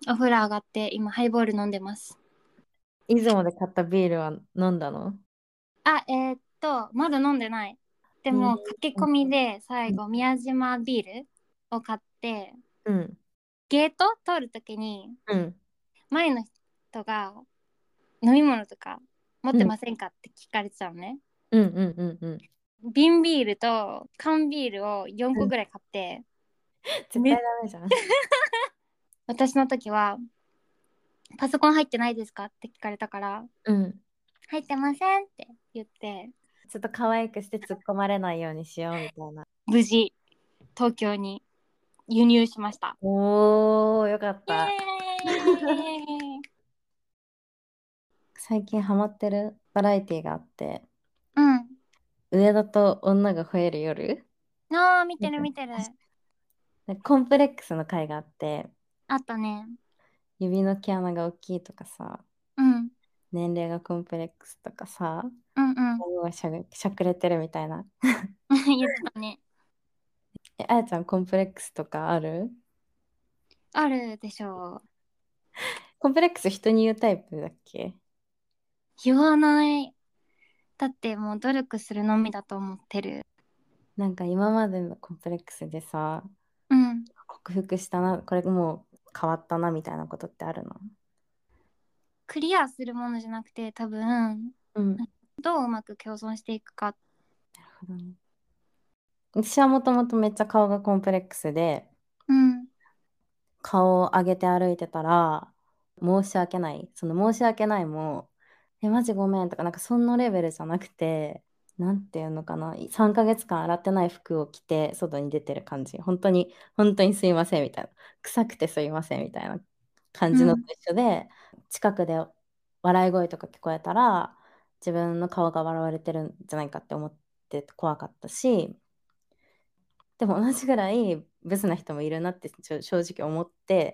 お風呂上がって今ハイボール飲んでます。 出雲で買ったビールは飲んだの？ あ、まだ飲んでない。でえーも駆け込みで最後宮島ビールを買って、 うん、 ゲート通るときにうん、 前の人が飲み物とか持っうん、 てませんかって聞かれてたのね。 うん、うん、うん、うん。 瓶ビールと缶ビールを4 うん個ぐらい買って、 絶対ダメじゃん。 私の時はパソコン入ってないですかって聞かれたから、 うん。 入ってませんって言って、 ちょっと可愛くして突っ込まれないようにしようみたいな。 無事東京に輸入しました。 おー、よかっイエた。 ーイ。 最近ハマってるバラエティがあって、 うん。 上田と女が吠える夜。 ああ、見てるなんか見てる。 コンプレックスの回があって、 あったね。 指の毛穴が大きいとかさ、 うん。 年齢がコンプレックスとかさ、 うんうん。 顎がしゃくれてるみたいな。 言ってたね。 あやちゃんコンプレックスとかある？ あるでしょう。 コンプレックス人に言うタイプだっけ？ 言わない。だってもう努力するのみだと思ってる。 なんか今までのコンプレックスでさ、 うん。 克服したな、これもう変わったなみたいなことってあるの？ クリアするものじゃなくて多分、 うん。 どううまく共存していくか。 なるほどね。私はもともとめっちゃ顔がコンプレックスで、 うん。 顔を上げて歩いてたら、申し訳ない。その申し訳ないも、マジごめんとか、なんかそんなレベルじゃなくて、なんていうのかな、3ヶ月間洗ってない服を着て外に出てる感じ。本当に、本当にすいませんみたいな。臭くてすいませんみたいな感じのとうん。 一緒で、近くで笑い声とか聞こえたら、自分の顔が笑われてるんじゃないかって思って怖かったし、でも同じぐらいブスな人もいるなって正直思って、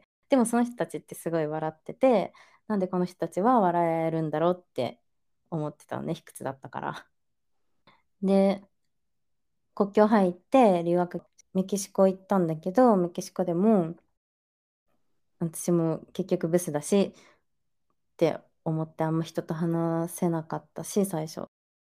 でもその人たちってすごい笑ってて、なんでこの人たちは笑えるんだろうって思ってたのね、卑屈だったから。で、国境入って留学、メキシコ行ったんだけど、メキシコでも私も結局ブスだしって思ってあんま人と話せなかったし、最初。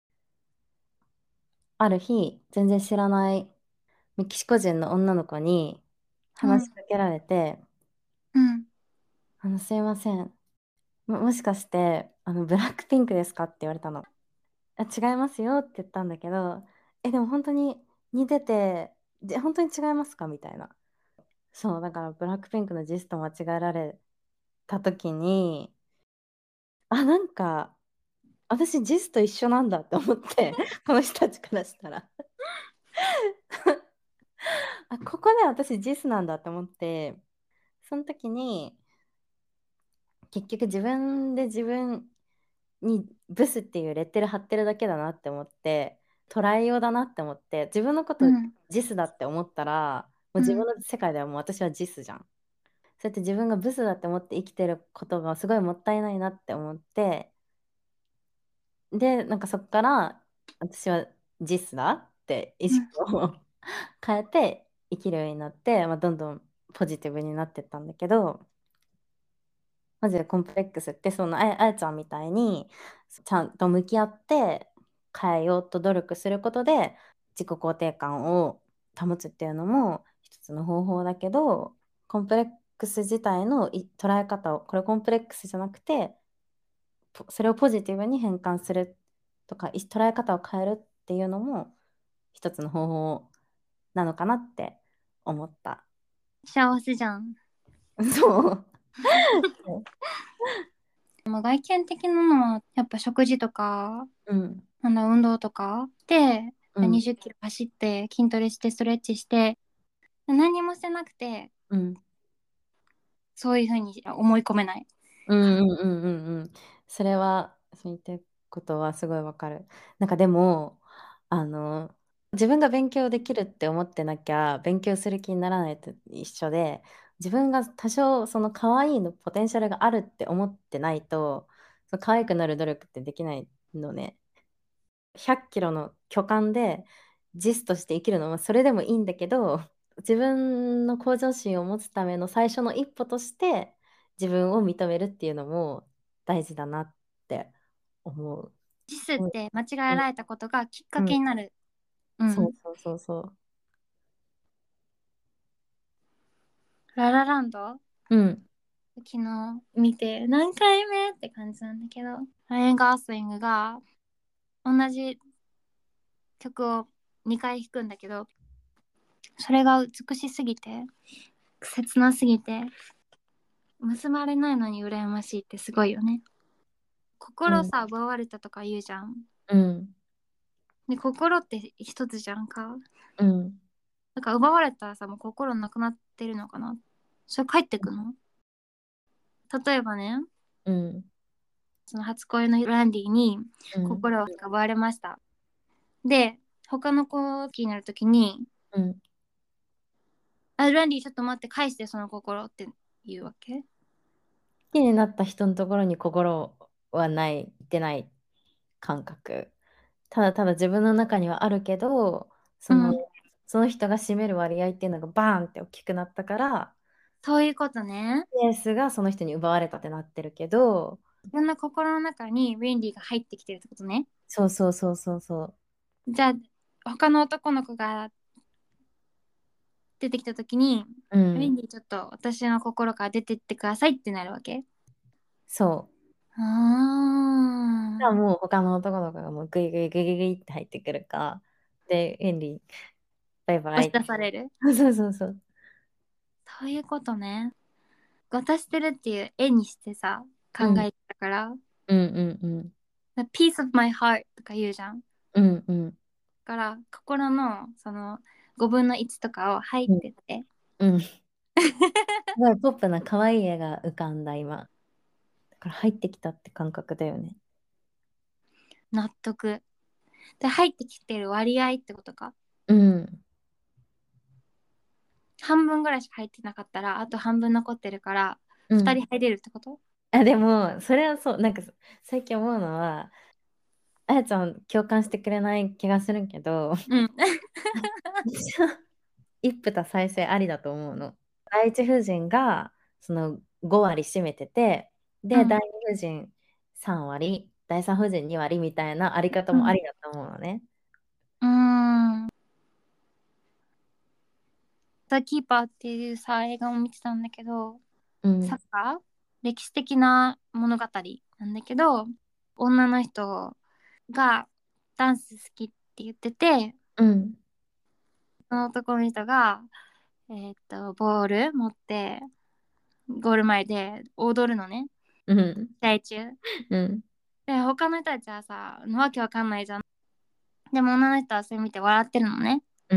ある日、全然知らないメキシコ人の女の子にうん。 話しかけられて、 うん。 すいません。もしかして、ブラックピンクですかって言われたの。違いますよって言ったんだけど、でも本当に似てて、本当に違いますかみたいな。そう、だからブラックピンクのジスと間違えられた時に、なんか、私ジスと一緒なんだって思って、この人たちからしたら。ここで私ジスなんだって思って、その時に、結局自分で自分にブスっていうレッテル貼ってるだけだなって思って、捉えようだなって思って、自分のことうん。 ジスだって思ったら、もううん。 自分の世界ではもう私はジスじゃん。そうやって自分がブスだって思って生きてることがすごいもったいないなって思って、で、なんかそこから私はジスだって意識うん。 を変えて生きるようになって、どんどんポジティブになってったんだけど、マジでコンプレックスってそのあやちゃんみたいにちゃんと向き合って変えようと努力することで自己肯定感を保つっていうのも一つの方法だけど、コンプレックス自体の捉え方を、これコンプレックスじゃなくてそれをポジティブに変換するとか捉え方を変えるっていうのも一つの方法なのかなって思った。 幸せじゃん。 そう。 まあ外見的なのはやっぱ食事とか、 うん。 運動とかでうん。 20キロ走って筋トレしてストレッチして何もしてなくてうん。 そういうふうに思い込めない。 うんうんうんうんうん。それは、そう言ってることはすごいわかる。なんかでも、自分が勉強できるって思ってなきゃ、勉強する気にならないと一緒で、自分が多少その可愛いのポテンシャルがあるって思ってないと、その可愛くなる努力ってできないのね。100キロの巨漢でジスとして生きるのはそれでもいいんだけど、自分の向上心を持つための最初の一歩として自分を認めるっていうのも大事だなって思う。 キスっうんて間違えられたことがきっかうん、 けになる。うん。 そうそうそうそララランドう。うん。 昨日見て何回目って感じなんだけど、ライアン・ガースリングが同じ曲を2回弾くんだけど、それが美しすぎて切なすぎて結ばれないのに羨ましいってすごいよね。心さ奪われたとか言うじゃん。 うん。 で心って一つじゃんか。 うん。 だから奪われたらさ、もう心なくなってるのかな。それ帰ってくの？例えばね、 うん。 その初恋のランディにうん。 心を奪われました。で、他の子気になるときに、 うん。 あ、ランディちょっと待って返してその心って言うわけ？ 好きになった人のところに心はない、出ない感覚。ただただ自分の中にはあるけど、 うん。 その人が占める割合っていうのがバーンって大きくなったから、 そういうことね。 ケースがその人に奪われたってなってるけど、 自分の心の中にランディが入ってきてるってことね。 そうそうそうそうそじゃあ、他の男の子が出てきたときに、 う。うん。 ランディちょっと私の心から出てってくださいってなるわけ？ そう。じゃあああ。 もう他の男の子がもうグイグイグイグイって入ってくるか。で、ヘンリー、バイバ押しイ。 出される。 そうそうそう。 そういうことね。渡してるっていう絵にしてさ、考うん。 えてたから、 うんうんうん。 piece of my heart とか言うじゃん。だうんうん。 から、心のその5分の1とかを入っうん。 てて。 うん。すごいポップな可愛い絵が浮かんだ今。だから入ってきたって感覚だよね。 納得。で、入ってきてる割合ってことか。 うん。 半分ぐらいしか入ってなかったら、あと半分残ってるから、2 うん。 人入れるってこと？ あ、でも、それはそう、なんか最近思うのは、あやちゃん共感してくれない気がするけど、 うん。 私は一夫多妻制ありだと思うの。第一夫人がその5割占めてて、で、 うん。 第二夫人3割、第三夫人2割みたいなあり方うん。 もありだと思うのね。 うーん。ザ・キーパーっていうさ、映画を見てたんだけど、 うん。 サッカー歴史的な物語なんだけど、女の人がダンス好きって言ってて、 うん。 その男の人が、ボール持ってゴール前で踊るのね、 うん。 試合中。 うん。 で、他の人たちはさ、わけわかんないじゃん。でも女の人はそれ見て笑ってるのね。 うん。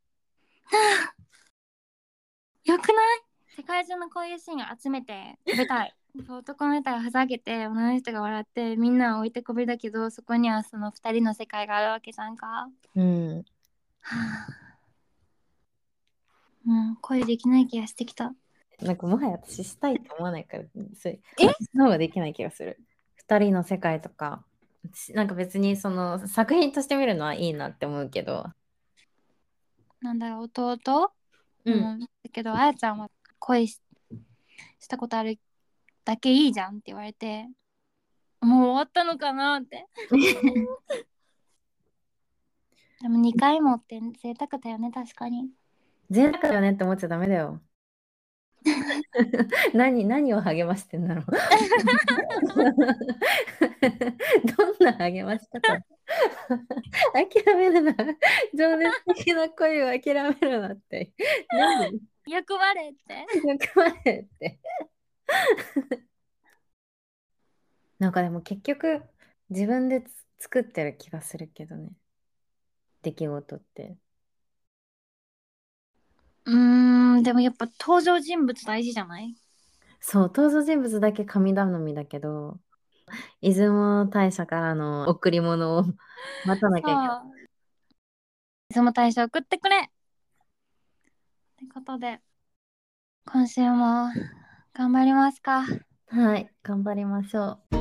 よくない？世界中のこういうシーンを集めて食べたい。男の人がふざけて女の人が笑ってみんなは置いてこびだけど、そこにはその二人の世界があるわけじゃんか。 うん。 はあ、もう恋できない気がしてきた。 なんかもはや私したいと思わないから、そう、 え、 私の方ができない気がする。二人の世界とか、なんか別にその作品として見るのはいいなって思うけど、 なんだろう、弟うん。 だけど、あやちゃんはしたことあるだけいいじゃんって言われて、もう終わったのかなって。でも2回もって贅沢だよね、確かに。 贅沢だよねって思っちゃダメだよ。何を励ましてんだろう。どんな励まし方。諦めるな。情熱的な恋を諦めるなって。何？ 欲張れって。 欲までって。なんかでも結局自分で作ってる気がするけどね。出来事って。 でもやっぱ登場人物大事じゃない？ そう、登場人物だけ神頼みだけど、出雲大社からの贈り物を待たなきゃいけない。 そう。その大賞送ってくれってことで、今週も頑張りますか。 はい、頑張りましょう。